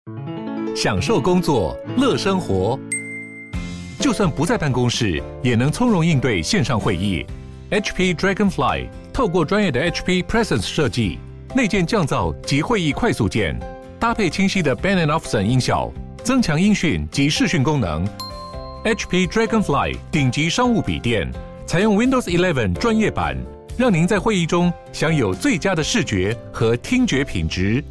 享受工作，乐生活。就算不在办公室，也能从容应对线上会议。HP Dragonfly 透过专业的 HP Presence 设计，内建降噪及会议快速键，搭配清晰的 Bang & Olufsen 音效，增强音讯及视讯功能。HP Dragonfly 顶级商务笔电，采用 Windows 11专业版，让您在会议中享有最佳的视觉和听觉品质。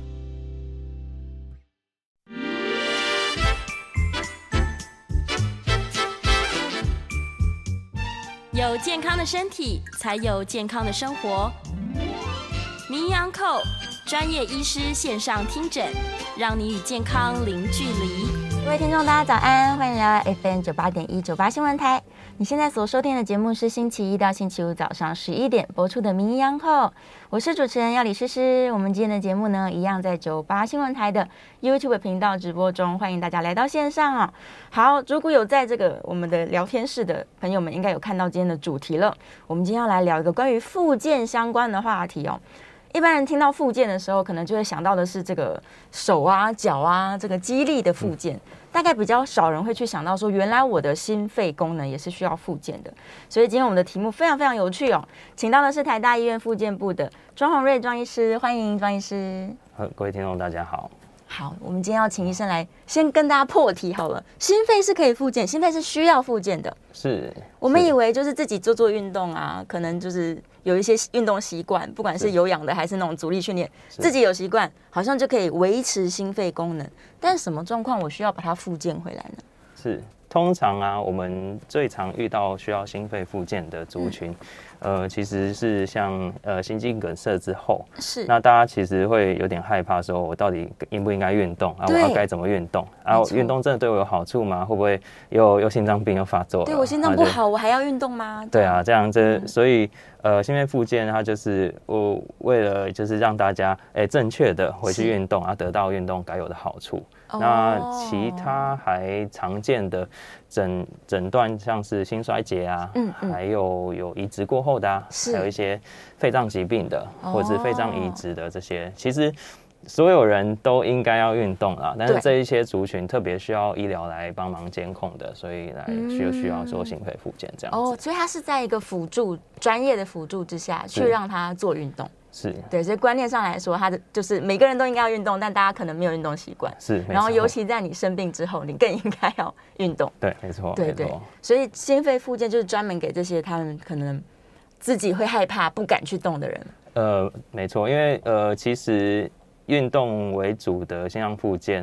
有健康的身体，才有健康的生活。名医安扣专业医师线上听诊，让你与健康零距离。 各位听众，大家早安，欢迎来到 FM 98.1 98新闻台。你现在所收听的节目是星期一到星期五早上11点播出的名医安扣，我是主持人要李诗诗。我们今天的节目呢，一样在98新闻台的 YouTube 频道直播中，欢迎大家来到线上啊。好，如果有在这个我们的聊天室的朋友们，应该有看到今天的主题了。我们今天要来聊一个关于复健相关的话题哦。一般人听到复健的时候，可能就会想到的是这个手啊、脚啊这个肌力的复健，大概比较少人会去想到说，原来我的心肺功能也是需要复健的。所以今天我们的题目非常非常有趣哦，请到的是台大医院复健部的庄宏瑞庄医师，欢迎庄医师。 各位听众大家好。 好，我们今天要请医生来先跟大家破题好了。心肺是可以复健，心肺是需要复健的。 是， 我们以为就是自己做运动啊，可能就是有一些运动习惯，不管是有氧的还是那种阻力训练，自己有习惯，好像就可以维持心肺功能。但什么状况我需要把它复健回来呢？ 是，通常啊，我们最常遇到需要心肺复健的族群，其实是像心肌梗塞之后， 是， 那大家其实会有点害怕，说我到底应不应该运动啊？我要该怎么运动啊？运动真的对我有好处吗？会不会又心脏病又发作了？ 对我心脏不好，我还要运动吗？ 对啊，这样所以心肺复健它就是为了就是让大家正确的回去运动啊，得到运动该有的好处。那其他还常见的诊断像是心衰竭啊，还有移植过后的啊，还有一些肺脏疾病的，或者是肺脏移植的这些，其实所有人都应该要运动啦，但是这一些族群特别需要医疗来帮忙监控的，所以需要做心肺复健这样子。 哦，所以它是在一个专业的辅助之下去让他做运动。 是， 对，所以观念上来说，它的就是每个人都应该要运动，但大家可能没有运动习惯。 是， 然后尤其在你生病之后，你更应该要运动。 对，没错， 对对。所以心肺复健就是专门给这些他们可能自己会害怕、不敢去动的人。 没错，因为其实运动为主的心脏复健，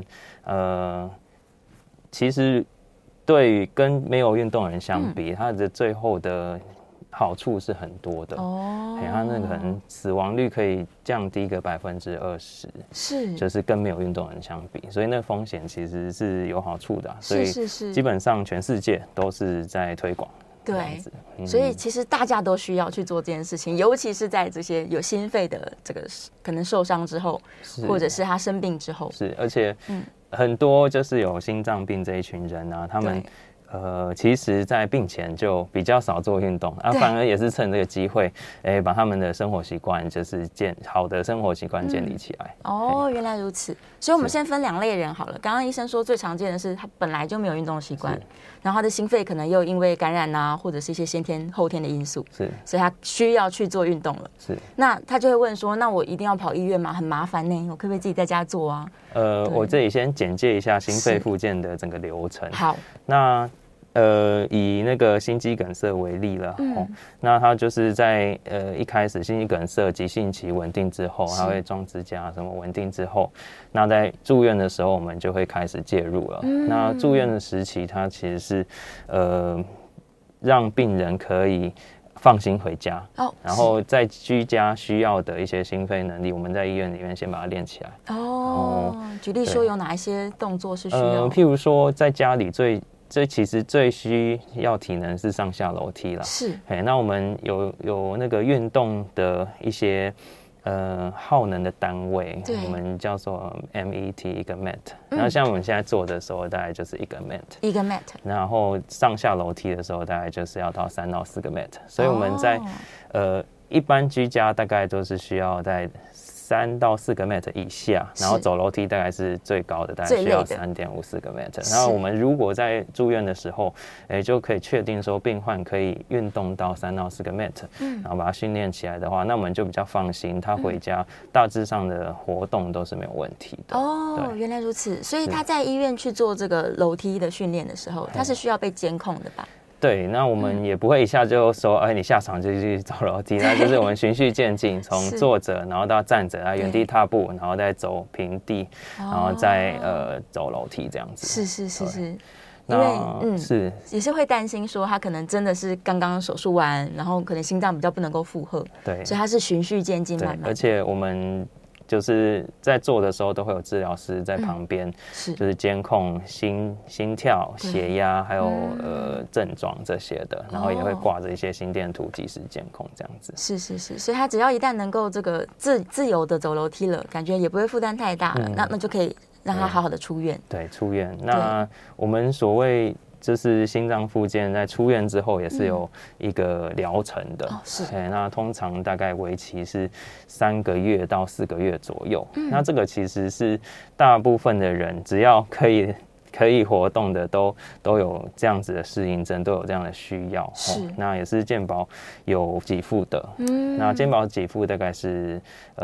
其实对于跟没有运动的人相比，它的最后的好处是很多的哦，它那个可能死亡率可以降低个20%， 是， 就是跟没有运动的人相比，所以那风险其实是有好处的，所以基本上全世界都是在推广。 对，所以其实大家都需要去做这件事情，尤其是在这些有心肺的这个可能受伤之后，或者是他生病之后， 是，而且很多就是有心脏病这一群人啊，他们其实在病前就比较少做运动啊，反而也是趁这个机会，把他们的生活习惯就是好的生活习惯建立起来。 哦，原来如此。所以我们先分2类人好了。刚刚医生说最常见的是他本来就没有运动习惯，然后他的心肺可能又因为感染啊，或者是一些先天后天的因素，是，所以他需要去做运动了。是，那他就会问说，那我一定要跑医院吗？很麻烦呢，我可不可以自己在家做啊？ 我这里先简介一下心肺复健的整个流程。 好， 那以那个心肌梗塞为例了，那它就是在一开始心肌梗塞急性期稳定之后，它会装支架什么稳定之后，那在住院的时候我们就会开始介入了。那住院的时期，它其实是让病人可以放心回家，然后在居家需要的一些心肺能力，我们在医院里面先把它练起来。 举例说有哪一些动作是需要？ 譬如说在家里其实最需要体能是上下楼梯啦。是，那我们有那个运动的一些耗能的单位，我们叫做 MET 一个 MET，然后像我们现在做的时候，大概就是1个 MET，然后上下楼梯的时候，大概就是要到3到4个 MET，所以我们在一般居家大概都是需要在 3到4个 mat 以下，然后走楼梯大概是最高的，大概需要3.54个 mat。然后我们如果在住院的时候，就可以确定说病患可以运动到3到4个 mat，然后把它训练起来的话，那我们就比较放心，他回家大致上的活动都是没有问题的。 哦，原来如此，所以他在医院去做这个楼梯的训练的时候，他是需要被监控的吧？ 对，那我们也不会一下就说，你下场就去走楼梯，那就是我们循序渐进，从坐着，然后到站着，原地踏步，然后再走平地，然后再走楼梯这样子。 是。因为是也是会担心说他可能真的是刚刚手术完，然后可能心脏比较不能够负荷，对，所以他是循序渐进慢慢。 而且我们就是在做的时候都会有治疗师在旁边，就是监控心跳、血压，还有症状这些的，然后也会挂着一些心电图即时监控这样子。 是，所以他只要一旦能够这个自由的走楼梯了，感觉也不会负担太大了，那就可以让他好好的出院。 对，出院。那我们所谓就是心脏复健，在出院之后也是有一个疗程的。那通常大概为期是3个月到4个月左右。那这个其实是大部分的人只要可以活动的都有这样子的适应症，都有这样的需要。那也是健保有给付的。那健保给付大概是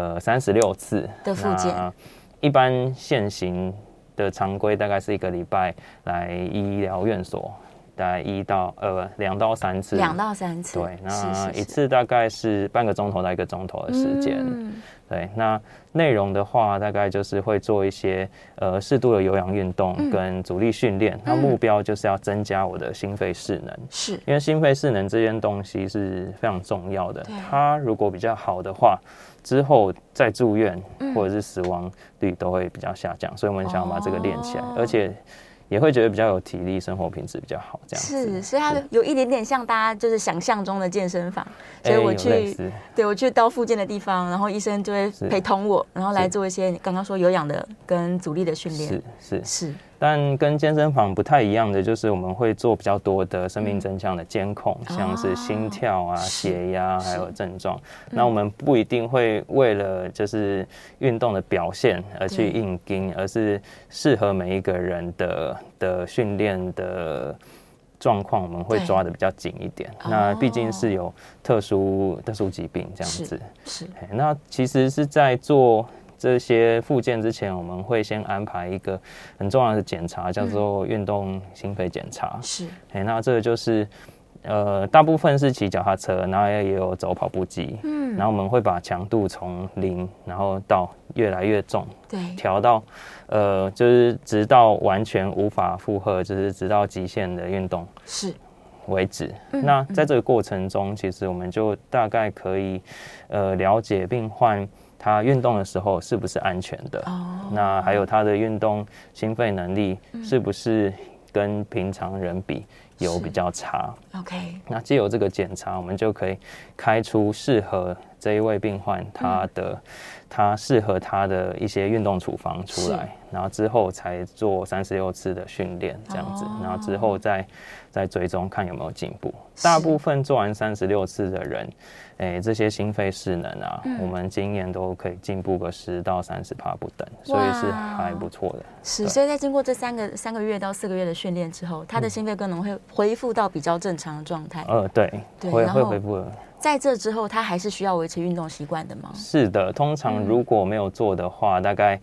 36次的复健。 一般现行的常规大概是1个礼拜来医疗院所，大概2到3次。 2到3次。 对，那一次大概是半个钟头到1个钟头的时间。对，那内容的话，大概就是会做一些适度的有氧运动跟阻力训练。那目标就是要增加我的心肺势能，是因为心肺势能这件东西是非常重要的。它如果比较好的话，之后再住院或者是死亡率都会比较下降，所以我们想要把这个练起来，而且也会觉得比较有体力，生活品质比较好。这样子所以它有一点点像大家就是想象中的健身房。所以我去到附近的地方，然后医生就会陪同我，然后来做一些刚刚说有氧的跟阻力的训练。是。 但跟健身房不太一样的就是我们会做比较多的生命真相的监控，像是心跳啊、血压还有症状。那我们不一定会为了就是运动的表现而去硬盯，而是适合每一个人的训练的状况，我们会抓的比较紧一点。那毕竟是有特殊疾病这样子。是。那其实是在做这些复健之前，我们会先安排一个很重要的检查，叫做运动心肺检查。是。那这个就是大部分是骑脚踏车，然后也有走跑步机。然后我们会把强度从0，然后到越来越重，调到就是直到完全无法负荷，就是直到极限的运动为止。那在这个过程中，其实我们就大概可以了解病患他运动的时候是不是安全的，那还有他的运动心肺能力是不是跟平常人比有比较差。OK， 那藉由这个检查，我们就可以开出适合这一位病患他适合他的一些运动处方出来，然后之后才做36次的训练这样子，然后之后再追踪看有没有进步。大部分做完36次的人，这些心肺势能啊，我们经验都可以进步个10到30%不等，所以是还不错的。 是，所以在经过这3个月到4个月的训练之后，他的心肺功能会恢复到比较正常的状态。 对，会恢复了。 在这之后，他还是需要维持运动习惯的吗？ 是的，通常如果没有做的话，大概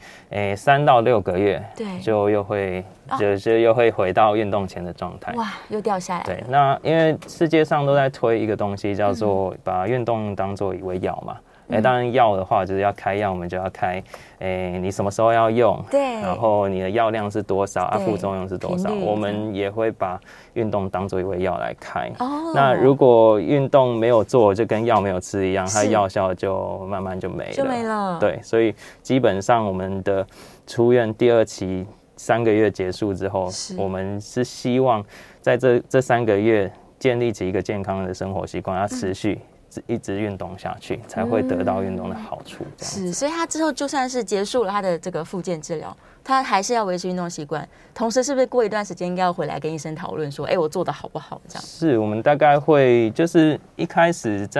3到6个月，就又会回到运动前的状态。 哇，又掉下来了。 对，那因为世界上都在推一个东西，叫做把运动当作为药嘛。当然药的话就是要开药，我们就要开，你什么时候要用，然后你的药量是多少，副作用是多少，我们也会把运动当作一味药来开。那如果运动没有做，就跟药没有吃一样，它药效就慢慢就没了。对，所以基本上我们的出院第2期3个月结束之后，我们是希望在这3个月建立起一个健康的生活习惯，要持续一直运动下去，才会得到运动的好处。 是，所以他之后就算是结束了他的这个复健治疗，他还是要维持运动习惯。同时，是不是过一段时间应该要回来跟医生讨论说，我做的好不好？这样。 是，我们大概会就是一开始在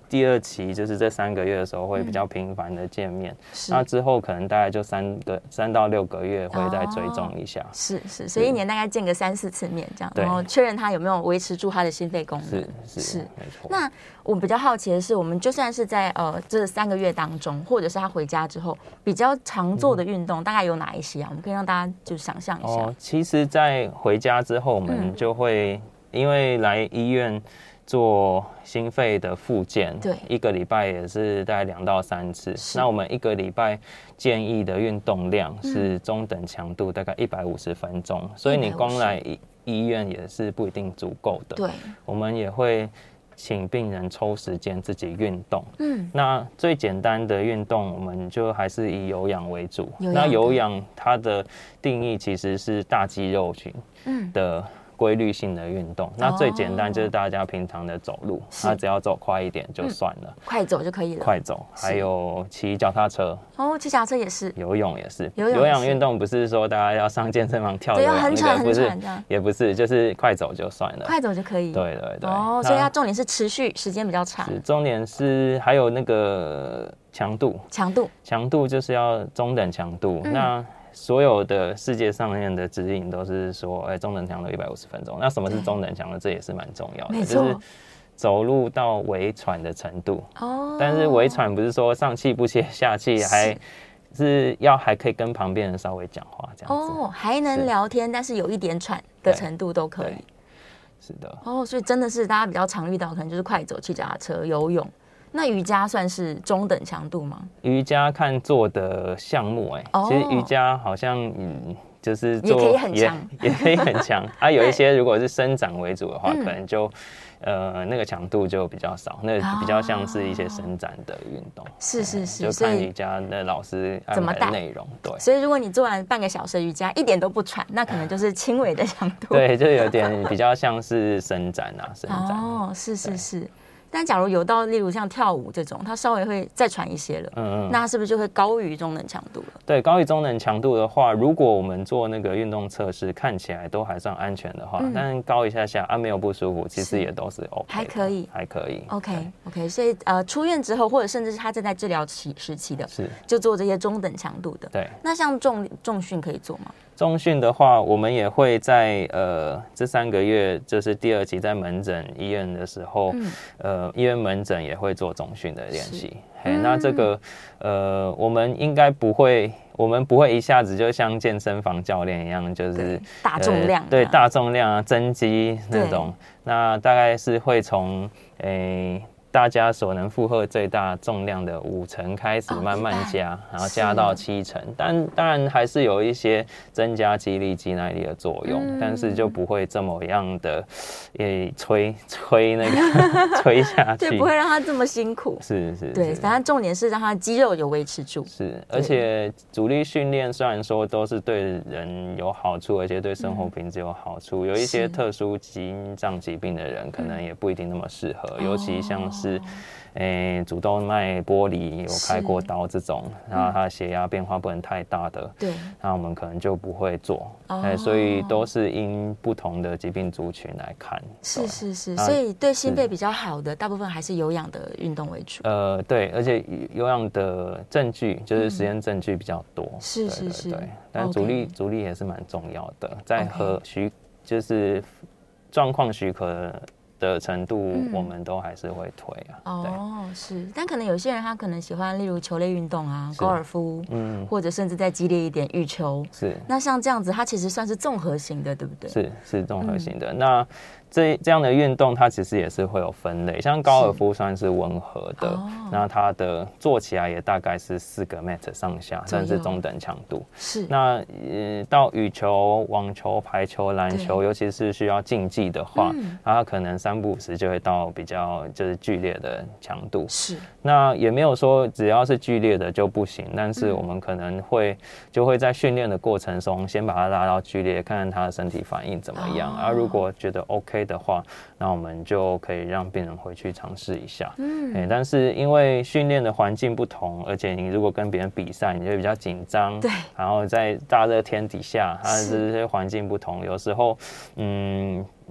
第二期就是这3个月的时候会比较频繁的见面，那之后可能大概就3到6个月会再追踪一下。 是，所以1年大概见个3、4次面这样，然后确认他有没有维持住他的心肺功能。 是，没错。 那我比较好奇的是，我们就算是在这3个月当中，或者是他回家之后比较常做的运动，大概有哪一些啊？我们可以让大家就想象一下。 其实，在回家之后，我们就会因为来医院做心肺的复健， 对 ，1个礼拜也是大概2到3次。那我们1个礼拜建议的运动量是中等强度，大概150分钟。所以你光来医院也是不一定足够的。 对， 我们也会请病人抽时间自己运动。那最简单的运动，我们就还是以有氧为主。那有氧它的定义其实是大肌肉群的规律性的运动，那最简单就是大家平常的走路，那只要走快一点就算了， 快走就可以了。 快走，还有骑脚踏车。 骑脚踏车也是。 游泳也是。有氧运动不是说大家要上健身房跳有氧， 很喘不是， 这样也不是，就是快走就算了， 快走就可以。 对。 所以它重点是持续时间比较长。 重点是还有那个强度就是要中等强度。那所有的世界上面的指引都是说，中等强度150分钟。那什么是中等强度？这也是蛮重要的，就是走路到微喘的程度。但是微喘不是说上气不接下气，还可以跟旁边人稍微讲话这样子。 还能聊天，但是有一点喘的程度都可以。 是的。 所以真的是大家比较常遇到，可能就是快走、骑脚踏车、游泳。那瑜伽算是中等强度吗？ 瑜伽看做的项目，其实瑜伽好像就是做也可以很强， 也可以很强。有一些如果是伸展为主的话，可能就那个强度就比较少，那比较像是一些伸展的运动。 是， 就看瑜伽的老师安排的内容。对， 所以如果你做完半个小时瑜伽一点都不喘，那可能就是轻微的强度。 对，就有点比较像是伸展。 是。但假如有到例如像跳舞这种，它稍微会再喘一些了，那它是不是就会高于中等强度了？ 对，高于中等强度的话，如果我们做那个运动测试看起来都还算安全的话，但高一下没有不舒服，其实也都是 OK， 还可以。OK， 所以出院之后，或者甚至是他正在治疗时期的，就做这些中等强度的。 对， 那像重训可以做吗？ 重训的话，我们也会在这3个月，就是第2期在门诊医院的时候，医院门诊也会做重训的练习。那这个我们应该不会，我们不会一下子就像健身房教练一样，就是大重量， 对大重量啊，增肌那种。那大概是会从大家所能负荷最大重量的5成开始慢慢加，然后加到7成。但当然还是有一些增加肌力、肌耐力的作用，但是就不会这么样的吹那个吹下去， 对，不会让他这么辛苦。 是， 对，反正重点是让他肌肉有维持住。 是，而且阻力训练虽然说都是对人有好处，而且对生活品质有好处，有一些特殊心脏疾病的人可能也不一定那么适合，尤其像是主动脉剥离有开过刀这种，然后他的血压变化不能太大的， 对， 那我们可能就不会做。所以都是因不同的疾病族群来看。 是，所以对心肺比较好的，大部分还是有氧的运动为主。 对，而且有氧的证据就是实验证据比较多。 是， 但阻力也是蛮重要的，在就是状况许可的程度，我们都还是会推啊。 是，但可能有些人他可能喜欢，例如球类运动啊，高尔夫，或者甚至再激烈一点，羽球。是，那像这样子，它其实算是综合型的，对不对？是综合型的。那这样的运动，它其实也是会有分类，像高尔夫算是温和的，那它的做起来也大概是4个 mat 上下，算是中等强度。是，那到羽球、网球、排球、篮球，尤其是需要竞技的话，它可能3不5时就会到比较就是剧烈的强度。是，那也没有说只要是剧烈的就不行，但是我们可能就会在训练的过程中先把它拉到剧烈，看看他的身体反应怎么样。如果觉得 OK的话，那我们就可以让病人回去尝试一下。但是因为训练的环境不同，而且你如果跟别人比赛，你就比较紧张。对，然后在大热天底下，它这些环境不同，有时候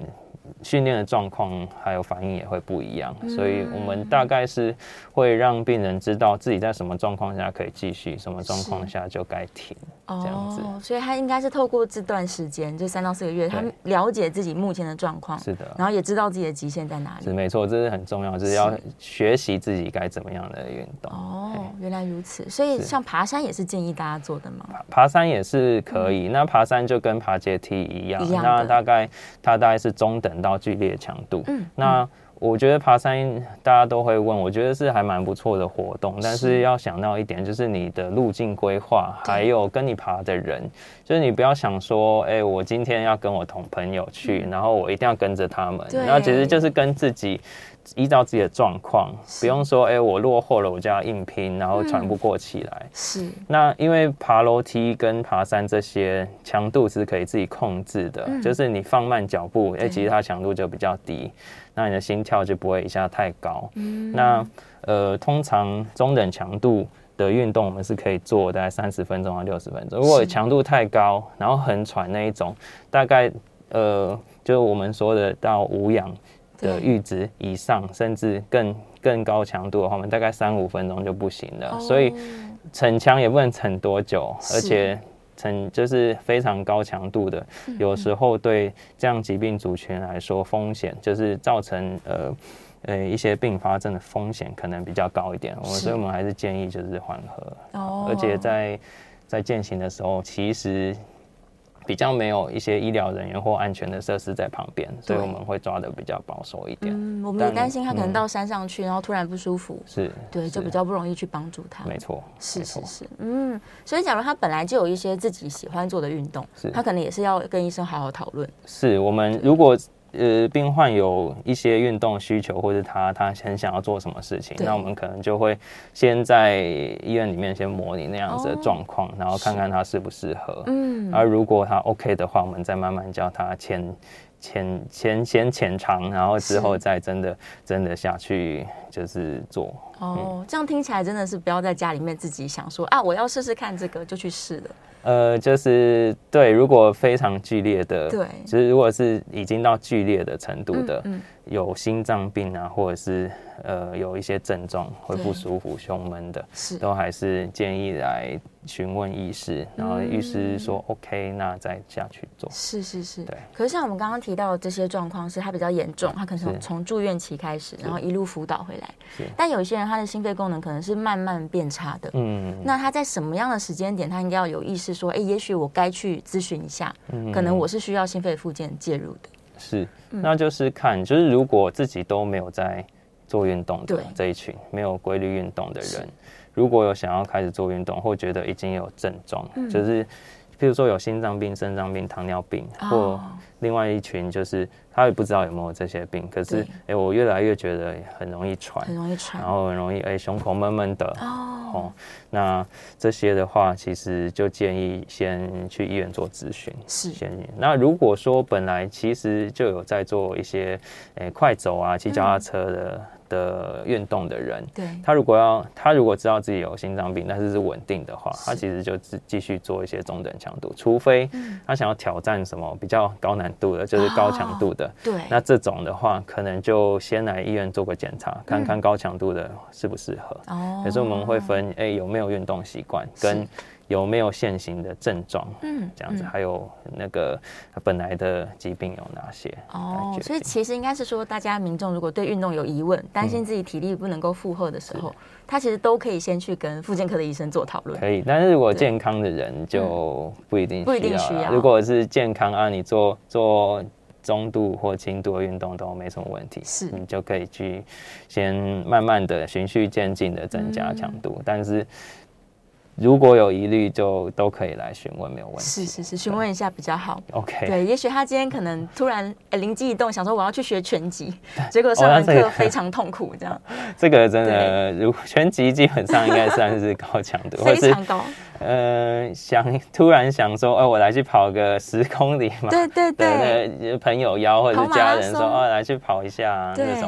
训练的状况还有反应也会不一样，所以我们大概是会让病人知道自己在什么状况下可以继续，什么状况下就该停，这样子。 所以他应该是透过这段时间，就3到4个月，他了解自己目前的状况， 是的， 然后也知道自己的极限在哪里。 是没错，这是很重要，就是要学习自己该怎么样的运动。 原来如此，所以像爬山也是建议大家做的吗？ 爬山也是可以，那爬山就跟爬阶梯一样，那它大概是中等到剧烈强度。那我觉得爬山大家都会问，我觉得是还蛮不错的活动，但是要想到一点，就是你的路径规划，还有跟你爬的人，就是你不要想说，我今天要跟我同朋友去，然后我一定要跟着他们，那其实就是跟自己依照自己的状况，不用说我落后了我就要硬拼，然后喘不过气来。是。那因为爬楼梯跟爬山这些强度是可以自己控制的，就是你放慢脚步，其实它强度就比较低，那你的心跳就不会一下太高。那通常中等强度的运动我们是可以做大概30分钟到60分钟。如果强度太高，然后很喘那一种，大概就是我们说的到无氧的阈值以上，甚至更高强度的话，我们大概3-5分钟就不行了。所以逞强也不能逞多久，而且就是非常高强度的，有时候对这样疾病族群来说，风险就是造成一些并发症的风险可能比较高一点。所以我们还是建议就是缓和，而且在健行的时候，其实比较没有一些医疗人员或安全的设施在旁边，所以我们会抓得比较保守一点。 我们也担心他可能到山上去，然后突然不舒服，对，就比较不容易去帮助他。 没错， 是。所以假如他本来就有一些自己喜欢做的运动，他可能也是要跟医生好好讨论。 是我们如果病患有一些运动需求，或者他很想要做什么事情，那我们可能就会先在医院里面先模拟那样子的状况，然后看看他适不适合。而如果他 OK 的话，我们再慢慢教他先浅尝，然后之后再真的下去就是做。 这样听起来真的是不要在家里面自己想说我要试试看这个就去试了。 就是对，如果非常剧烈的，对，就是如果是已经到剧烈的程度的，有心脏病啊，或者是有一些症状会不舒服、胸闷的，都还是建议来询问医师，然后医师说 OK， 那再下去做。是， 对。可是像我们刚刚提到的这些状况，是它比较严重，它可能从住院期开始，然后一路辅导回来。但有一些人他的心肺功能可能是慢慢变差的，那他在什么样的时间点，他应该要有意识说，也许我该去咨询一下，可能我是需要心肺复健介入的。是， 那就是看，就是如果自己都没有在做运动的这一群没有规律运动的人，如果有想要开始做运动，或觉得已经有症状，就是譬如说有心脏病、肾脏病、糖尿病，或另外一群就是他也不知道有没有这些病，可是我越来越觉得很容易喘，然后很容易胸口闷闷的。那这些的话，其实就建议先去医院做咨询。那如果说本来其实就有在做一些快走啊、骑脚踏车的运动的人，他如果知道自己有心脏病，但是稳定的话，他其实就继续做一些中等强度，除非他想要挑战什么比较高难度的，就是高强度的。那这种的话，可能就先来医院做个检查，看看高强度的适不适合。可是我们会分有没有运动习惯，跟有没有现行的症状，这样子，还有那个本来的疾病有哪些。 所以其实应该是说，大家民众如果对运动有疑问，担心自己体力不能够负荷的时候，他其实都可以先去跟复健科的医生做讨论。 可以，但是如果健康的人就不一定需要。如果是健康你做中度或轻度的运动都没什么问题，你就可以去先慢慢的循序渐进的增加强度，但是如果有疑虑，就都可以来询问，没有问题。 是，询问一下比较好。 OK。 对，也许他今天可能突然灵机一动，想说我要去学拳击，结果上完课非常痛苦，这样。 这个真的，拳击基本上应该算是高强度， 非常高。 突然想说，我来去跑个10公里嘛。对，朋友邀或者是家人说，来去跑一下那种。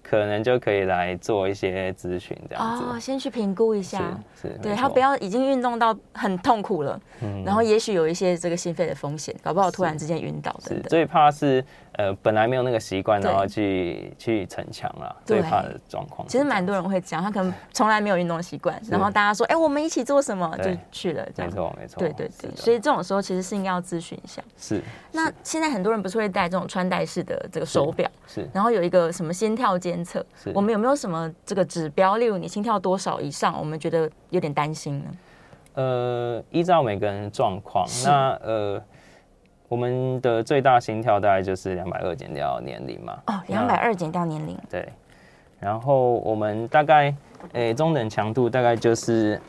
可能就可以来做一些咨询这样子。 哦，先去评估一下， 是对，他不要已经运动到很痛苦了，然后也许有一些这个心肺的风险，搞不好突然之间晕倒等等。 最怕是本来没有那个习惯，然后去逞强啦，最怕的状况。 其实蛮多人会这样，他可能从来没有运动习惯，然后大家说，我们一起做什么就去了，这样。 没错， 对，所以这种时候其实是应该要咨询一下。 是。 那现在很多人不是会戴这种穿戴式的这个手表， 是， 然后有一个什么心跳监测，我们有没有什么这个指标，例如你心跳多少以上，我们觉得有点担心呢？ 依照每个人的状况，那我们的最大心跳大概就是220减掉年龄嘛。 哦，220减掉年龄。 对。然后我们大概中等强度大概就是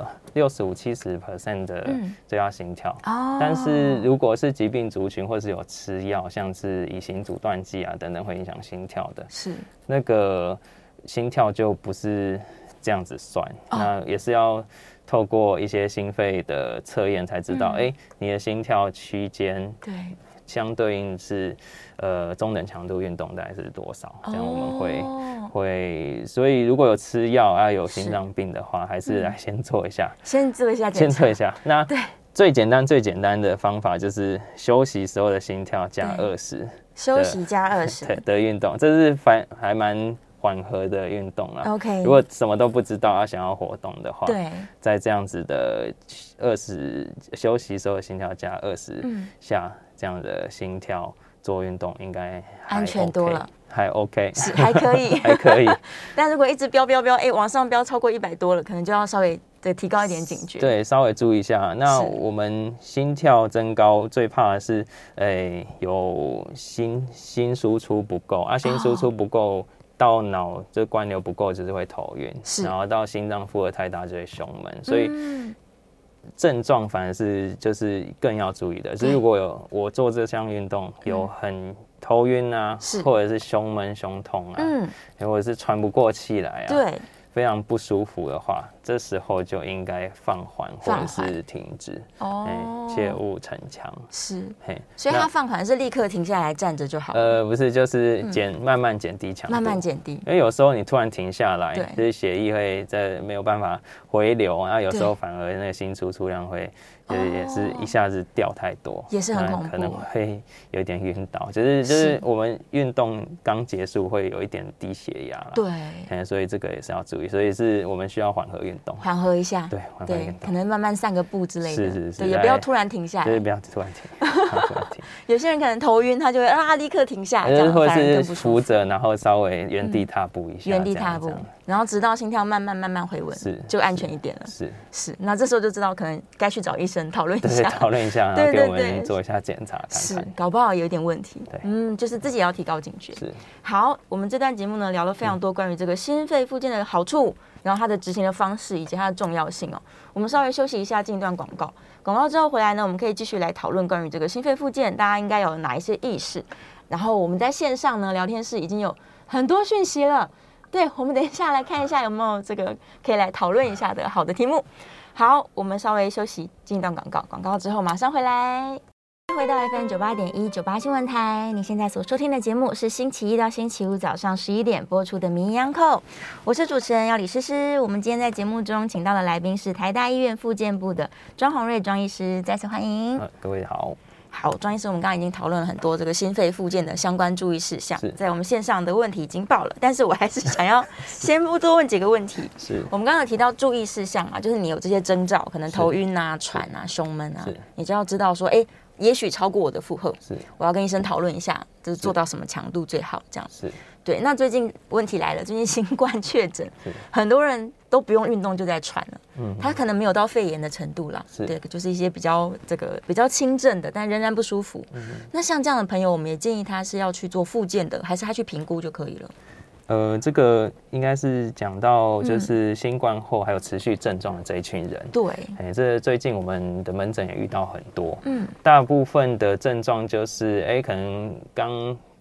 65-70% 的最大心跳。但是如果是疾病族群或是有吃药，像是乙型阻断剂啊等等会影响心跳的， 是那个心跳就不是这样子算，那也是要透过一些心肺的测验才知道，你的心跳区间对相对应是中等强度运动大概是多少，这样我们会，所以如果有吃药啊有心脏病的话，还是来先做一下， 先做一下检查， 先做一下。那对最简单的方法就是休息时候的心跳加20， 休息加20 的运动，这是还蛮缓和的运动啦。 OK， 如果什么都不知道，想要活动的话， 对， 在这样子的20休息时候的心跳加20下，这样的心跳做运动应该安全多了， 还 OK， 是还可以， 还可以。 但如果一直飙，往上飙超过100多了，可能就要稍微提高一点警觉。 对，稍微注意一下。那我们心跳增高最怕的是，有心输出不够啊，心输出不够。到脑就灌流不够，就是会头晕，然后到心脏负荷太大就会胸闷，所以症状反而是就是更要注意的。就是如果我做这项运动有很头晕啊，或者是胸闷、胸痛啊，或者是喘不过气来啊， 对， 非常不舒服的话，这时候就应该放缓或者是停止，切勿逞强。 是，所以它放缓是立刻停下来站着就好了。 不是，就是慢慢减低强度， 慢慢减低。 因为有时候你突然停下来，就是血液会没有办法回流，然后有时候反而那个心输出量会也是一下子掉太多， 也是很恐怖， 可能会有点晕倒。就是我们运动刚结束会有一点低血压啦， 对， 所以这个也是要注意，所以是我们需要缓和运动， 缓和一下， 对，缓和运动， 可能慢慢散个步之类的， 是， 对，也不要突然停下来， 就是不要突然停。有些人可能头晕，他就会立刻停下， 或者是扶着，然后稍微原地踏步一下， 原地踏步，然后直到心跳慢慢回稳，就安全一点了。是，那这时候就知道可能该去找医生讨论一下， 讨论一下，然后给我们做一下检查看看， 是，搞不好有一点问题。 对， 就是自己也要提高警觉。 是， 好，我们这段节目呢聊了非常多关于这个心肺复健的好处，然后它的执行的方式以及它的重要性哦。我们稍微休息一下，进一段广告。广告之后回来呢，我们可以继续来讨论关于这个心肺复健，大家应该有哪一些意识。然后我们在线上呢聊天室已经有很多讯息了，对，我们等一下来看一下有没有这个可以来讨论一下的好的题目。好，我们稍微休息，进一段广告。广告之后马上回来。回到 FM98.1 98新闻台，你现在所收听的节目是星期一到星期五早上11点播出的《名医央叩》，我是主持人要李诗诗。我们今天在节目中请到的来宾是台大医院复健部的庄宏瑞庄医师，再次欢迎。 各位好。 好，庄医师，我们刚刚已经讨论了很多这个心肺复健的相关注意事项，在我们线上的问题已经报了，但是我还是想要先多问几个问题。 是， 我们刚刚有提到注意事项嘛，就是你有这些征兆，可能头晕啊、喘啊、胸闷啊，你就要知道说，也许超过我的负荷，我要跟医生讨论一下，就是做到什么强度最好，这样是。 对，那最近问题来了，最近新冠确诊，很多人都不用运动就在喘了，他可能没有到肺炎的程度啦，对，就是一些比较轻症的，但仍然不舒服。那像这样的朋友，我们也建议他是要去做复健的，还是他去评估就可以了？ 这个应该是讲到就是新冠后还有持续症状的这一群人。 对， 这最近我们的门诊也遇到很多。大部分的症状就是可能刚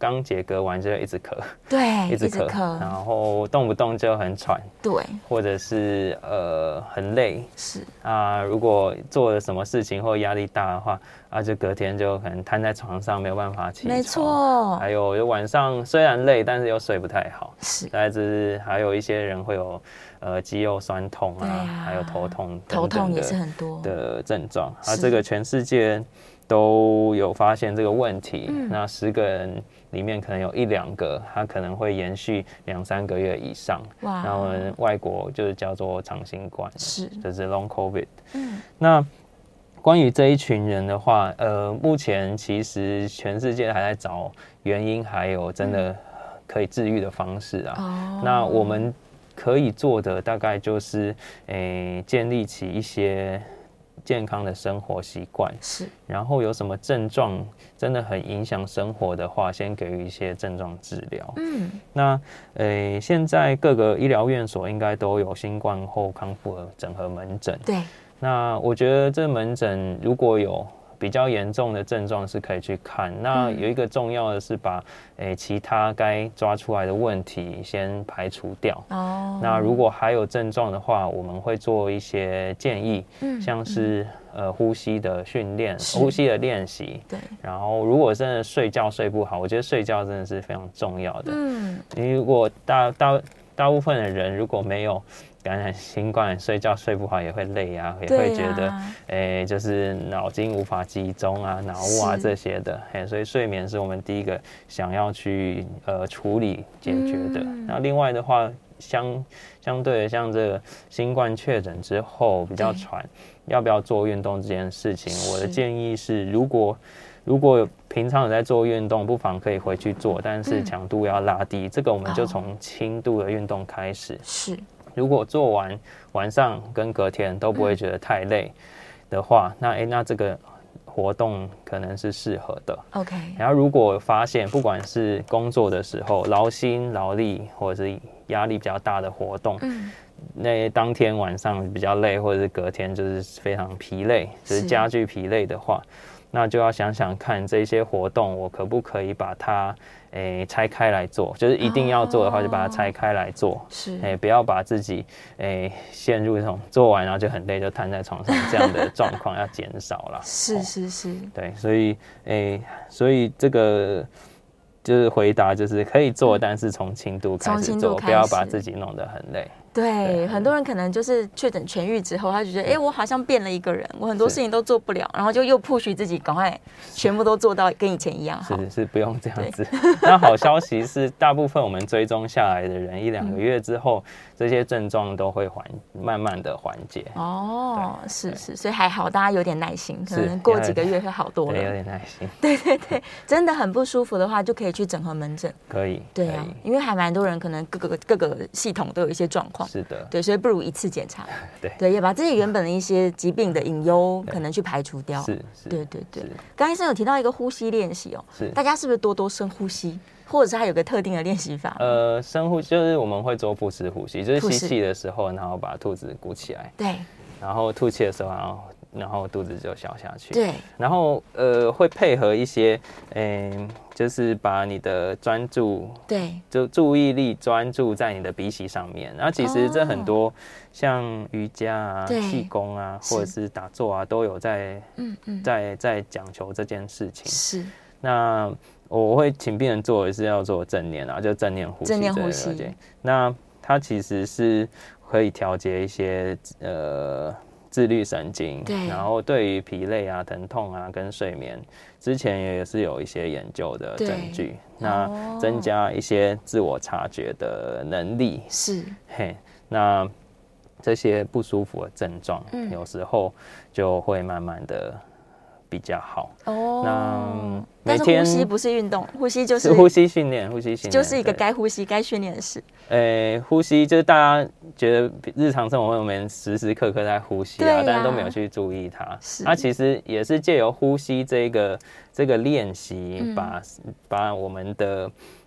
刚解隔完就一直咳， 对， 一直咳，然后动不动就很喘， 对， 或者是很累， 是啊，如果做了什么事情或压力大的话，啊，就隔天就可能瘫在床上没有办法起床， 没错。 还有晚上虽然累，但是又睡不太好， 是， 再来就是还有一些人会有肌肉酸痛啊，还有头痛等等也是很多的症状，这个全世界都有发现这个问题，那10个人里面可能有1-2个，他可能会延续2-3个月以上。哇！那我们外国就是叫做长新冠，是，就是 Long COVID。那关于这一群人的话，目前其实全世界还在找原因，还有真的可以治愈的方式啊。那我们可以做的大概就是建立起一些健康的生活习惯，是。然后有什么症状真的很影响生活的话，先给予一些症状治疗。那现在各个医疗院所应该都有新冠后康复的整合门诊。对。那我觉得这门诊如果有比较严重的症状是可以去看。那有一个重要的是把其他该抓出来的问题先排除掉。那如果还有症状的话，我们会做一些建议，像是呼吸的训练、呼吸的练习。对。然后如果真的睡觉睡不好，我觉得睡觉真的是非常重要的。你如果大部分的人如果没有感染新冠，睡觉睡不好也会累啊，也会觉得就是脑筋无法集中啊、脑雾啊这些的，所以睡眠是我们第一个想要去处理解决的。那另外的话，相对的像这个新冠确诊之后比较喘，要不要做运动这件事情，我的建议是，如果平常有在做运动，不妨可以回去做，但是强度要拉低。这个我们就从轻度的运动开始。是。如果做完晚上跟隔天都不会觉得太累的话，那这个活动可能是适合的。OK。然后如果发现不管是工作的时候劳心劳力，或者是压力比较大的活动，那当天晚上比较累，或者是隔天就是非常疲累，就是加剧疲累的话，那就要想想看这些活动我可不可以把它拆开来做，就是一定要做的话就把它拆开来做，是不要把自己陷入这种做完然后就很累就瘫在床上这样的状况要减少啦。是是是，对，所以这个就是回答就是可以做，但是从轻度开始做，不要把自己弄得很累。 对，很多人可能就是确诊痊愈之后，他就觉得我好像变了一个人，我很多事情都做不了，然后就又 push 自己赶快全部都做到跟以前一样好。 是不用这样子。那好消息是，大部分我们追踪下来的人1-2个月之后，这些症状都会慢慢的缓解。是，所以还好，大家有点耐心，可能过几个月会好多了。 有点耐心。 对，真的很不舒服的话，就可以去整合门诊。 可以。 对啊，因为还蛮多人可能各个系统都有一些状况。 是的， 对，所以不如一次检查。对，也把自己原本的一些疾病的隐忧可能去排除掉。是，对。刚才医生有提到一个呼吸练习大家是不是多深呼吸，或者是还有个特定的练习法？ 深呼吸就是我们会做腹式呼吸，就是吸气的时候，然后把肚子鼓起来，对，然后吐气的时候，然后肚子就消下去，对，然后会配合一些就是把你的专注，对，就注意力专注在你的鼻息上面。然后其实这很多像瑜伽啊、气功啊，或者是打坐啊，都有在讲求这件事情。是，那我会请病人做的是要做正念啊，就正念呼吸。正念呼吸，那它其实是可以调节一些自律神经，然后对于疲累啊、疼痛啊跟睡眠，之前也是有一些研究的证据，那增加一些自我察觉的能力，是，那这些不舒服的症状，有时候就会慢慢的比较好。那但是呼吸不是运动，呼吸就是呼吸训练， 就是一个该呼吸、该训练的事。 呼吸就是大家觉得日常生活我们时时刻刻在呼吸啊，但是都没有去注意它。它其实也是借由呼吸这个练习，把我们的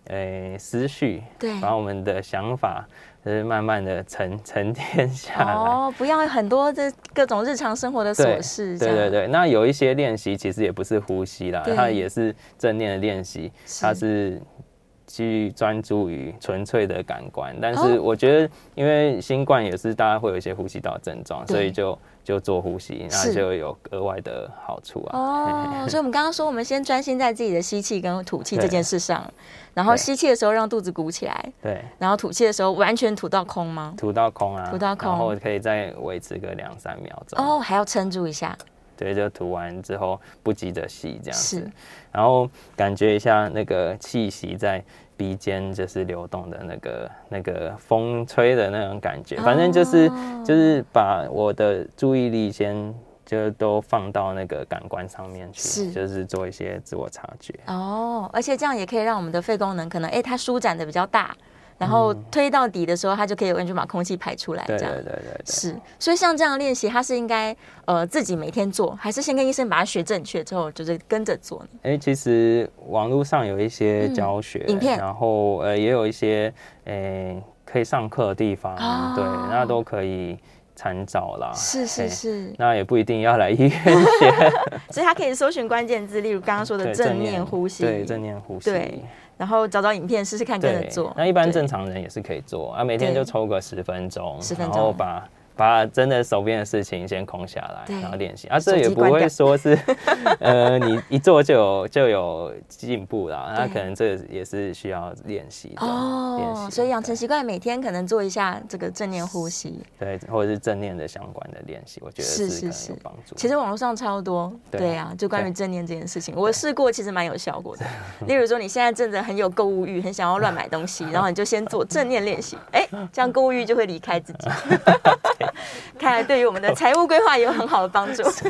思绪， 对， 把我们的想法就是慢慢的沉淀下来。 不要很多这各种日常生活的琐事。 对。那有一些练习其实也不是呼吸啦，它也是正念的练习，它是去专注于纯粹的感官。但是我觉得，因为新冠也是大家会有一些呼吸道症状，所以就做呼吸，那就有额外的好处啊。 所以我们刚刚说，我们先专心在自己的吸气跟吐气这件事上，然后吸气的时候让肚子鼓起来， 对， 然后吐气的时候完全吐到空吗？ 吐到空啊， 吐到空， 然后可以再维持个2-3秒钟。 还要撑住一下。 对，就吐完之后不急着吸这样子，然后感觉一下那个气息在鼻尖就是流动的那个风吹的那种感觉，反正就是把我的注意力先就都放到那个感官上面去，就是做一些自我察觉。 而且这样也可以让我们的肺功能可能它舒展的比较大。然后推到底的时候，它就可以完全把空气排出来。这样对， 是。所以像这样的练习，它是应该自己每天做，还是先跟医生把它学正确之后，就是跟着做呢？ 其实网络上有一些教学影片， 然后也有一些可以上课的地方，对，那都可以参照啦。 是。 那也不一定要来医院学， 所以它可以搜寻关键字，例如刚刚说的正念呼吸， 对，正念呼吸， 对。然后找找影片试试看，跟着做。 那一般正常人也是可以做啊，每天就抽个10分钟，然后把真的手边的事情先空下来，然后练习啊。这也不会说是你一做就有进步啦，那可能这也是需要练习的。 所以养成习惯，每天可能做一下这个正念呼吸， 对，或者是正念的相关的练习，我觉得是可能有帮助。 其实网络上超多，对啊，就关于正念这件事情，我试过，其实蛮有效果的。例如说，你现在真的很有购物欲，很想要乱买东西，然后你就先做正念练习，这样购物欲就会离开自己。看来对于我们的财务规划也有很好的帮助。是，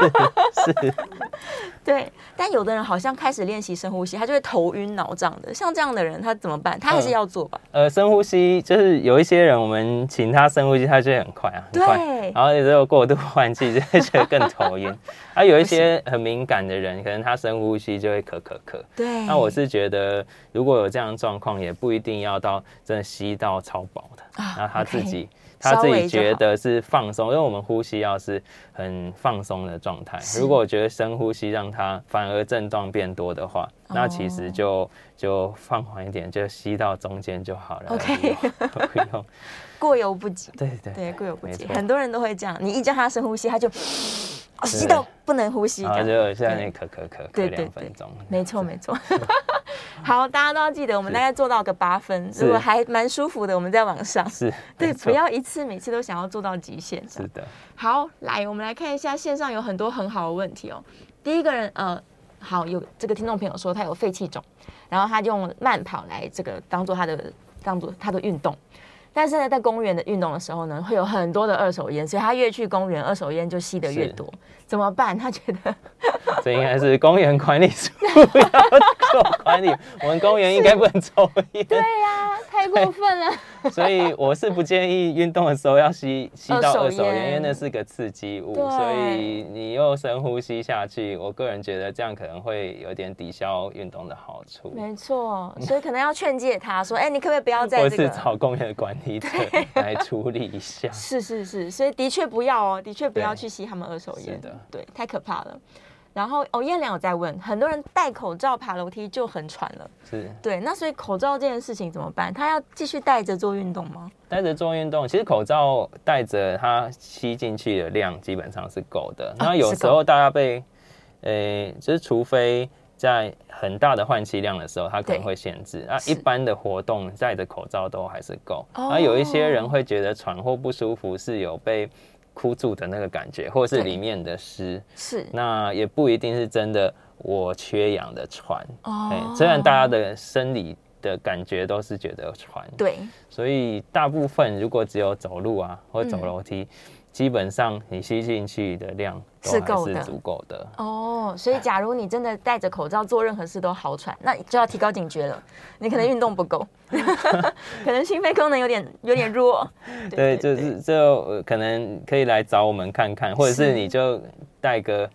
对。但有的人好像开始练习深呼吸，他就会头晕脑胀的。像这样的人，他怎么办？他还是要做吧？ 深呼吸就是有一些人，我们请他深呼吸，他就会很快啊，很快。 对。 然后有时候过度换气，就会觉得更头晕。有一些很敏感的人，可能他深呼吸就会咳。 对。 那我是觉得，如果有这样的状况，也不一定要到真的吸到超饱的。那他自己觉得是放松，因为我们呼吸要是很放松的状态。如果我觉得深呼吸让它反而症状变多的话，那其实就放缓一点，就吸到中间就好了。 OK， 不用过犹不及。 对， 过犹不及。很多人都会这样，你一叫他深呼吸，他就吸到不能呼吸， 然后就现在那咳2分钟。 没错。好，大家都要记得，我们大概做到个8分，如果还蛮舒服的，我们再往上。 是， 对，不要每次都想要做到极限。 是的。 好，来，我们来看一下线上有很多很好的问题哦。第一个人，好，有这个听众朋友说他有肺气肿，然后他用慢跑来这个当做他的运动。但是呢，在公园的运动的时候呢，会有很多的二手烟，所以他越去公园，二手烟就吸得越多。怎么办？他觉得这应该是公园管理处要做管理，我们公园应该不能抽烟。 对呀，太过分了。 所以我是不建议运动的时候要吸到二手烟，因为那是个刺激物，所以你又深呼吸下去，我个人觉得这样可能会有点抵消运动的好处。 没错，所以可能要劝诫他说：“你可不可以不要在这个？” 或是找公园的管理者来处理一下。 是，所以的确不要哦，的确不要去吸他们二手烟。是的，对，太可怕了。然后燕良有在问，很多人戴口罩爬楼梯就很喘了， 是对。 那所以口罩这件事情怎么办？他要继续戴着做运动吗？ 戴着做运动，其实口罩戴着，它吸进去的量基本上是够的。那有时候大家就是除非在很大的换气量的时候，它可能会限制。一般的活动戴着口罩都还是够。有一些人会觉得喘或不舒服，是有被箍住的那个感觉，或是里面的湿，是那也不一定是真的我缺氧的喘。虽然大家的生理的感觉都是觉得喘，对，所以大部分如果只有走路啊或走楼梯，基本上你吸进去的量都还是足够的哦。所以假如你真的戴着口罩做任何事都好喘，那就要提高警觉了。你可能运动不够，可能心肺功能有点弱。 对，就是就可能可以来找我们看看，或者是你就戴个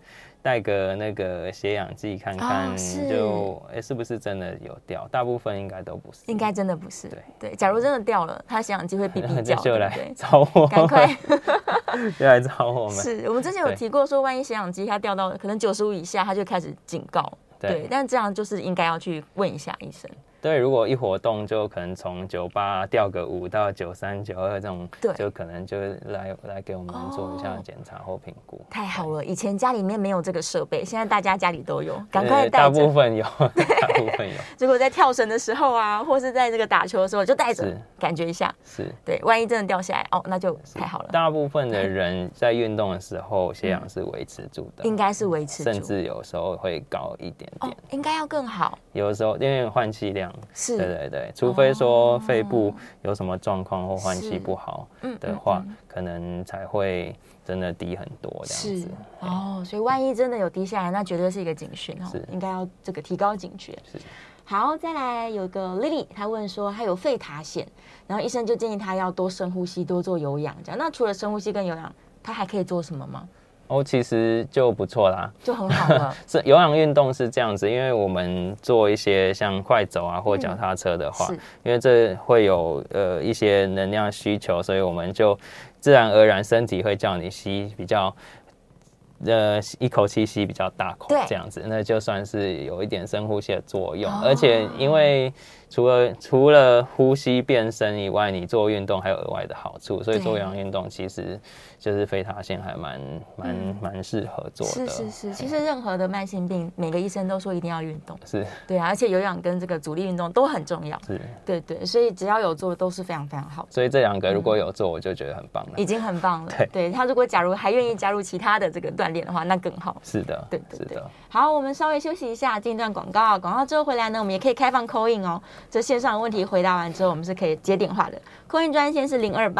带个那个血氧计看看，是不是真的有掉？大部分应该都不是， 应该真的不是。 对， 假如真的掉了，他血氧计会哔哔叫， 就来找我， 赶快就来找我们。 是我们之前有提过说，万一血氧计它掉到可能95以下，它就开始警告。对，但这样就是应该要去问一下医生。 对，如果一活动就可能从98掉个5到93、92这种，就可能就来给我们做一下检查或评估。 太好了，以前家里面没有这个设备，现在大家家里都有，赶快带着。 大部分有，大部分有。 如果在跳绳的时候啊，或是在这个打球的时候，就带着感觉一下。 是， 对，万一真的掉下来，那就太好了。 大部分的人在运动的时候，血氧是维持住的， 应该是维持住， 甚至有时候会高一点点。 应该要更好。 有的时候因为换气量是， 对，除非说肺部有什么状况或换气不好的话，可能才会真的低很多这样子。 所以万一真的有低下来，那绝对是一个警讯应该要这个提高警觉。 是。 好，再来有个 Lily， 她问说她有肺塌陷，然后医生就建议她要多深呼吸，多做有氧这样。那除了深呼吸跟有氧，她还可以做什么吗？ 其实就不错啦， 就很好了。 是有氧运动是这样子，因为我们做一些像快走啊或脚踏车的话，因为这会有一些能量需求，所以我们就自然而然身体会叫你吸比较一口气吸比较大口这样子，那就算是有一点深呼吸的作用。而且因为除了呼吸变深以外，你做运动还有额外的好处，所以做有氧运动其实就是肺塌陷还蛮适合做的。 是，其实任何的慢性病，每个医生都说一定要运动。 是，对啊，而且有氧跟这个阻力运动都很重要。 是， 对，所以只要有做都是非常非常好。 所以这2个如果有做，我就觉得很棒了， 已经很棒了。对，他如果假如还愿意加入其他的这个锻炼的话，那更好。 是的， 对。好，我们稍微休息一下，进一段广告。广告之后回来呢，我们也可以开放 call in 哦。这线上的问题回答完之后，我们是可以接电话的。call in 专线是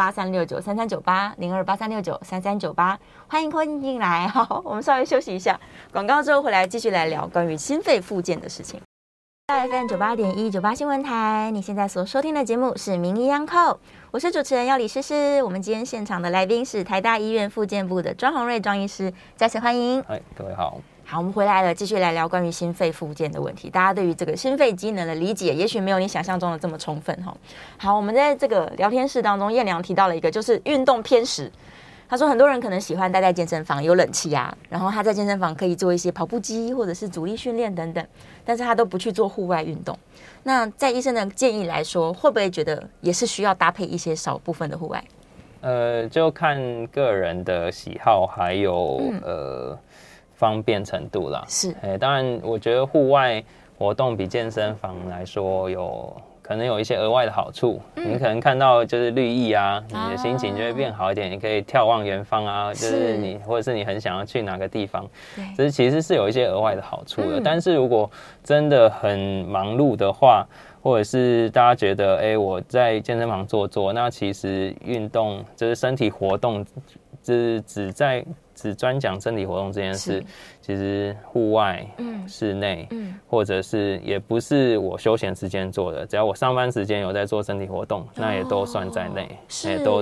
0283693398，0283693398，欢迎 call in 进来。好，我们稍微休息一下，广告之后回来继续来聊关于心肺复健的事情。FM 98.1 98新闻台，你现在所收听的节目是名医央叩，我是主持人要李诗诗。我们今天现场的来宾是台大医院复健部的庄宏瑞庄医师，再次欢迎。 各位好。 好，我们回来了，继续来聊关于心肺复健的问题。大家对于这个心肺机能的理解，也许没有你想象中的这么充分哈。好，我们在这个聊天室当中，燕良提到了一个，就是运动偏食。他说，很多人可能喜欢待在健身房，有冷气啊，然后他在健身房可以做一些跑步机或者是阻力训练等等，但是他都不去做户外运动。那在医生的建议来说，会不会觉得也是需要搭配一些少部分的户外？ 就看个人的喜好，还有方便程度啦。 是， 当然，我觉得户外活动比健身房来说可能有一些额外的好处。你可能看到就是绿意啊，你的心情就会变好一点。你可以眺望远方啊，就是你或者是你很想要去哪个地方，这其实是有一些额外的好处的。但是如果真的很忙碌的话，或者是大家觉得我在健身房做，那其实运动就是身体活动，就是只专讲身体活动这件事，其实户外、室内，或者是也不是我休闲时间做的，只要我上班时间有在做身体活动，那也都算在内，都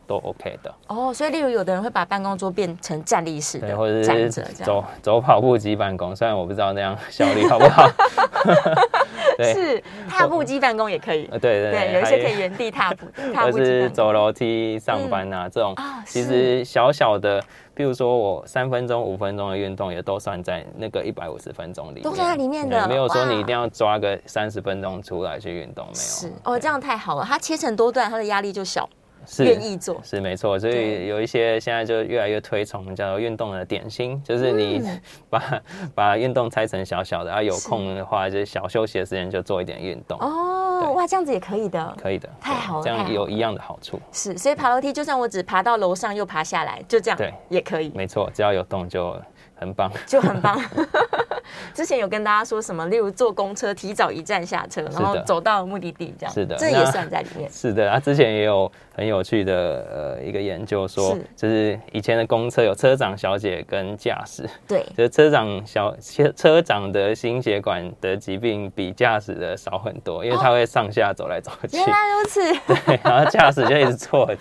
OK 的。 所以例如有的人会把办公桌变成站立式的， 对，或者是走跑步机办公，虽然我不知道那样效率好不好。 是踏步机办公也可以， 对， 有一些可以原地踏步， 或是走楼梯上班啊，这种其实小小的，比如说我3分钟、5分钟的运动，也都算在那个150分钟里面， 都算在里面的， 没有说你一定要抓个30分钟出来去运动，没有。 是这样太好了，它切成多段，它的压力就小。愿意做是没错，所以有一些现在就越来越推崇叫做运动的点心，就是你把运动拆成小小的，有空的话就是小休息的时间就做一点运动。 哇，这样子也可以的， 可以的， 太好了， 这样有一样的好处。 是，所以爬楼梯就算我只爬到楼上又爬下来，就这样， 对， 也可以， 没错，只要有动就很棒， 就很棒。之前有跟大家说什么，例如坐公车提早1站下车，然后走到目的地，这样是的， 这也算在里面。 是的，之前也有很有趣的一个研究说，就是以前的公车有车长小姐跟驾驶， 对， 就是车长的心血管的疾病比驾驶的少很多，因为他会上下走来走去。 原来如此。 对，然后驾驶就一直坐着。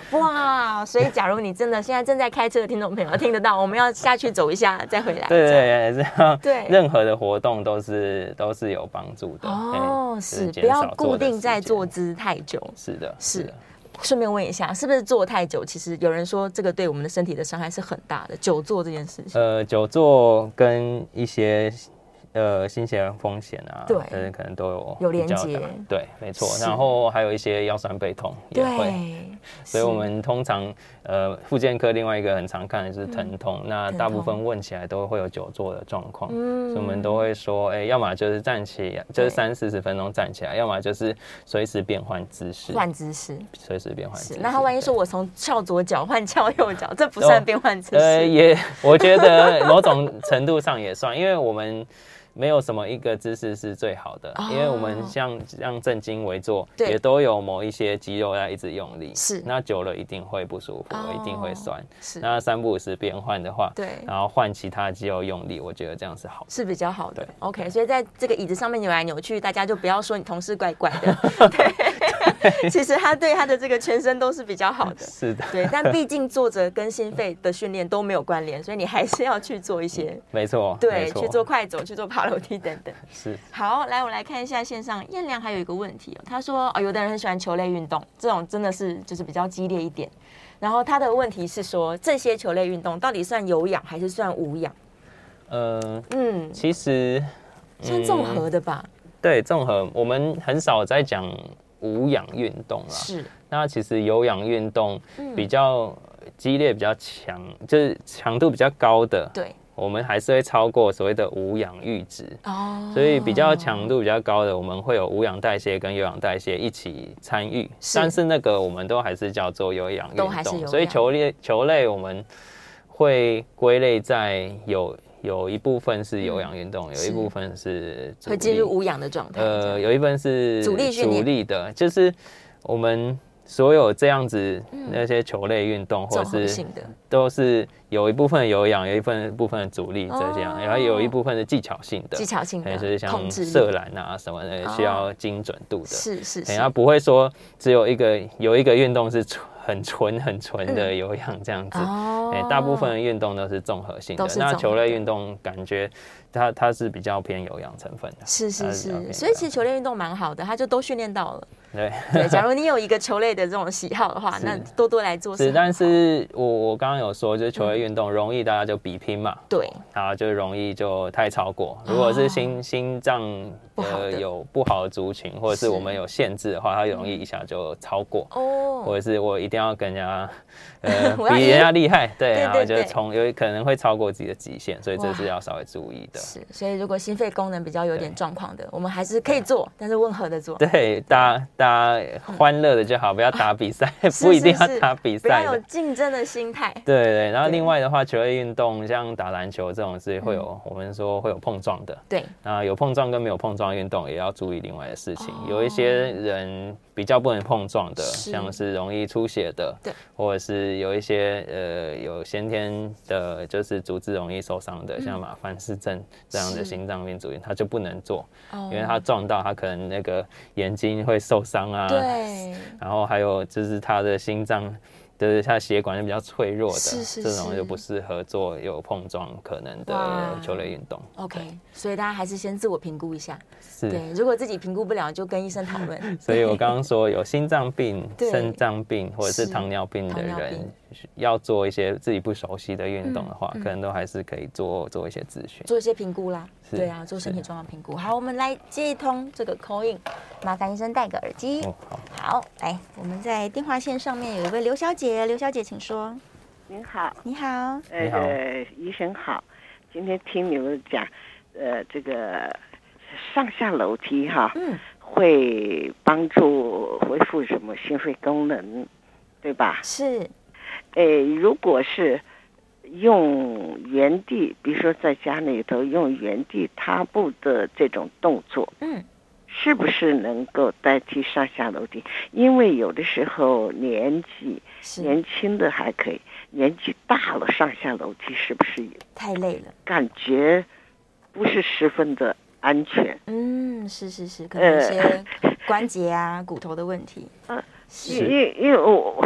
哇，所以假如你真的现在正在开车的听众朋友听得到，我们要下去走一下再回来。 对，这样对， 任何的活动都是有帮助的。 哦，是不要固定在坐姿太久。是的。顺便问一下，是不是坐太久？其实有人说这个对我们的身体的伤害是很大的，久坐这件事情。 久坐跟一些心血管风险啊， 对， 可能都有连结。 对，没错。然后还有一些腰酸背痛也会。所以我们通常复健科另外一个很常看的就是疼痛，那大部分问起来都会有久坐的状况，所以我们都会说，要么就是站起，就是30-40分钟站起来，要么就是随时变换姿势，随时变换姿势。 那他万一说我从翘左脚换翘右脚，这不算变换姿势？ 也我觉得某种程度上也算，因为我们没有什么一个姿势是最好的，因为我们像正襟危坐，也都有某一些肌肉在一直用力，那久了一定会不舒服，一定会酸。那3不5时变换的话，然后换其他肌肉用力，我觉得这样是好的， 是比较好的。OK， 所以在这个椅子上面扭来扭去，大家就不要说你同事怪怪的，对，其实他对他的这个全身都是比较好的， 是的， 对。但毕竟坐着跟心肺的训练都没有关联，所以你还是要去做一些， 没错， 对，去做快走，去做爬楼梯等等。 是。 好，来我来看一下线上燕良还有一个问题他说有的人很喜欢球类运动，这种真的是就是比较激烈一点。然后他的问题是说，这些球类运动到底算有氧还是算无氧？ 其实算综合的吧。 对，综合，我们很少在讲无氧运动啦。是。那其实有氧运动比较激烈、比较强，就是强度比较高的。对。我们还是会超过所谓的无氧阈值所以比较强度比较高的，我们会有无氧代谢跟有氧代谢一起参与，但是那个我们都还是叫做有氧运动。所以球类我们会归类在有一部分是有氧运动，有一部分是会进入无氧的状态。 有一部分是阻力的，就是我们所有这样子那些球类运动，或者是都是有一部分有氧，有一部分的阻力这样，然后有一部分是技巧性的，就是像射篮啊什么的，需要精准度的。是。它不会说只有一个运动是很纯的有氧这样子。大部分的运动都是综合性的。那球类运动感觉它是比较偏有氧成分的。是。 所以其实球类运动蛮好的，它就都训练到了。对，假如你有一个球类的这种喜好的话，那多来做。是， 但是我刚刚有说，就是球类运动容易大家就比拼嘛，对，然后就容易就太超过。如果是心脏有不好的族群，或者是我们有限制的话，它容易一下就超过。或者是我一定要跟人家比人家厉害，对，然后就有可能会超过自己的极限，所以这是要稍微注意的。 是，所以如果心肺功能比较有点状况的，我们还是可以做，但是温和的做。 对，大家欢乐的就好，不要打比赛，不一定要打比赛， 不要有竞争的心态。 对。然后另外的话，球类运动像打篮球这种是会有我们说会有碰撞的。对。那有碰撞跟没有碰撞运动也要注意另外的事情。有一些人比较不能碰撞的，像是容易出血的，对，或者是有一些有先天的，就是组织容易受伤的，像马范氏症这样的心脏病组员，他就不能做，因为他撞到他可能那个眼睛会受伤啊，对，然后还有就是他的心脏。就是它血管是比较脆弱的，这种就不适合做有碰撞可能的球类运动。 OK， 所以大家还是先自我评估一下。对，如果自己评估不了，就跟医生讨论。 所以我刚刚说有心脏病、肾脏病或者是糖尿病的人，要做一些自己不熟悉的运动的话，可能都还是可以做一些咨询， 做一些评估啦。对啊，做身体状况评估。好，我们来接一通这个 call in， 麻烦医生戴个耳机。好，来，我们在电话线上面有一位刘小姐，刘小姐请说。 您好， 你好， 医生好。今天听你们讲，这个上下楼梯哈，会帮助恢复什么心肺功能，对吧？是。如果是用原地，比如说在家里头用原地踏步的这种动作，是不是能够代替上下楼梯？因为有的时候年轻的还可以，年纪大了上下楼梯是不是太累了？ 感觉不是十分的安全。 是，可能有些关节啊、骨头的问题。 因为我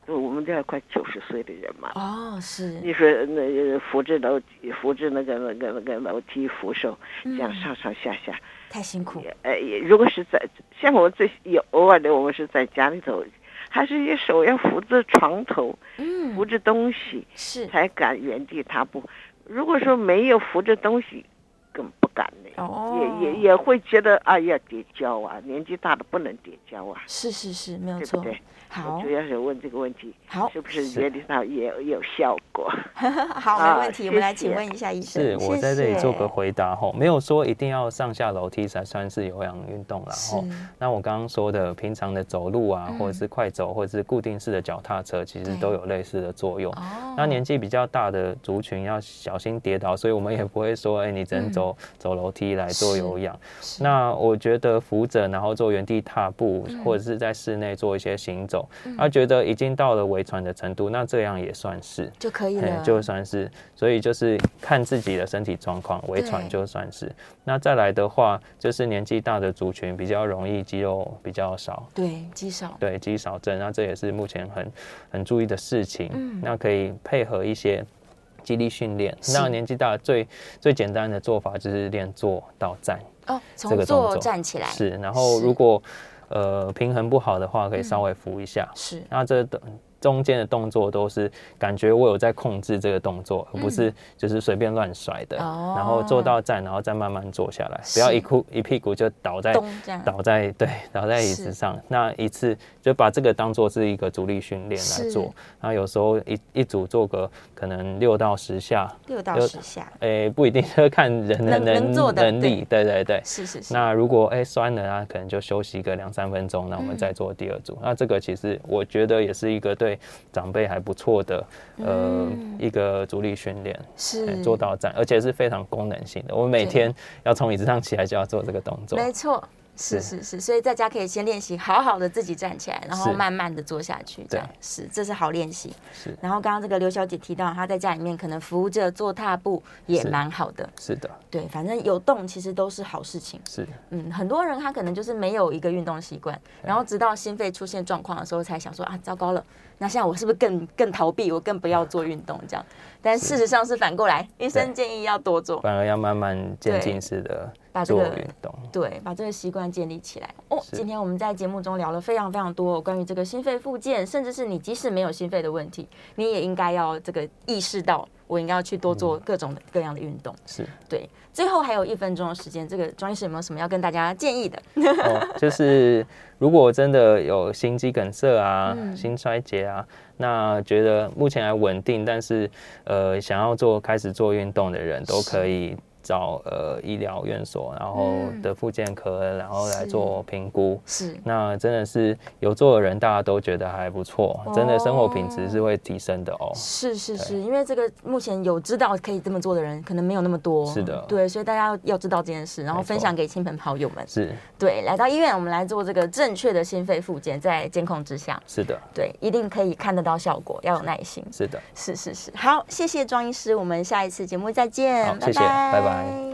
我们都要快90岁的人嘛。 哦，是。 你说那扶着那个楼梯扶手，这样上上下下， 太辛苦。 如果是像我偶尔的，我们是在家里头，还是一手要扶着床头，扶着东西， 是才敢原地踏步。如果说没有扶着东西，更不敢呢。也会觉得要跌跤啊，年纪大了不能跌跤啊。 是，没有错。 对不对？ 好， 主要是问这个问题， 好， 是不是原理上也有效果？ 好，没问题。我们来请问一下医生。 是我在这里做个回答没有说一定要上下楼梯才算是有氧运动啦。那我刚刚说的平常的走路啊，或者是快走，或者是固定式的脚踏车，其实都有类似的作用。那年纪比较大的族群要小心跌倒，所以我们也不会说，你只能走楼梯来做有氧。那我觉得扶着，然后做原地踏步，或者是在室内做一些行走。他觉得已经到了微喘的程度，那这样也算是就可以了， 就算是。所以就是看自己的身体状况，微喘就算是。那再来的话，就是年纪大的族群比较容易肌肉比较少， 对肌少， 对肌少症，那这也是目前很注意的事情。那可以配合一些肌力训练。那年纪大最简单的做法就是练坐到站。 从坐站起来是，然后如果平衡不好的话，可以稍微扶一下。 是， 那这中间的动作都是感觉我有在控制这个动作，而不是就是随便乱甩的。然后坐到站，然后再慢慢坐下来，不要一屁股就倒在椅子上。那一次就把这个当做是一个阻力训练来做。然后有时候一组做个可能6到10下，6到10下，不一定，就看人的能力。对， 是。 那如果酸了啊，可能就休息个2-3分钟，那我们再做第二组。那这个其实我觉得也是一个对长辈还不错的一个阻力训练， 是做到站，而且是非常功能性的。我每天要从椅子上起来就要做这个动作， 没错。是，所以在家可以先练习好好的自己站起来，然后慢慢的坐下去，这样这是好练习。 是， 然后刚刚这个刘小姐提到，她在家里面可能扶着做踏步也蛮好的。 是的， 对，反正有动其实都是好事情。 是， 很多人他可能就是没有一个运动习惯，然后直到心肺出现状况的时候才想说糟糕了，那现在我是不是更逃避，我更不要做运动这样？但事实上是反过来，医生建议要多做， 反而要慢慢渐进式的做运动， 对，把这个习惯建立起来。今天我们在节目中聊了非常非常多关于这个心肺复健，甚至是你即使没有心肺的问题，你也应该要这个意识到，我应该要去多做各种各样的运动。 是， 对。最后还有1分钟的时间，这个庄医师有没有什么要跟大家建议的？ 就是如果真的有心肌梗塞啊、心衰竭啊，那觉得目前还稳定，但是想要开始做运动的人都可以找医疗院所，然后的复健科，然后来做评估。 是， 那真的是有做的人，大家都觉得还不错，真的生活品质是会提升的哦。 是，因为这个目前有知道可以这么做的人，可能没有那么多。 是的， 对，所以大家要知道这件事，然后分享给亲朋好友们。 是， 对，来到医院，我们来做这个正确的心肺复健，在监控之下。 是的， 对，一定可以看得到效果，要有耐心。 是的， 是。好，谢谢庄医师，我们下一次节目再见。 好，谢谢，拜拜。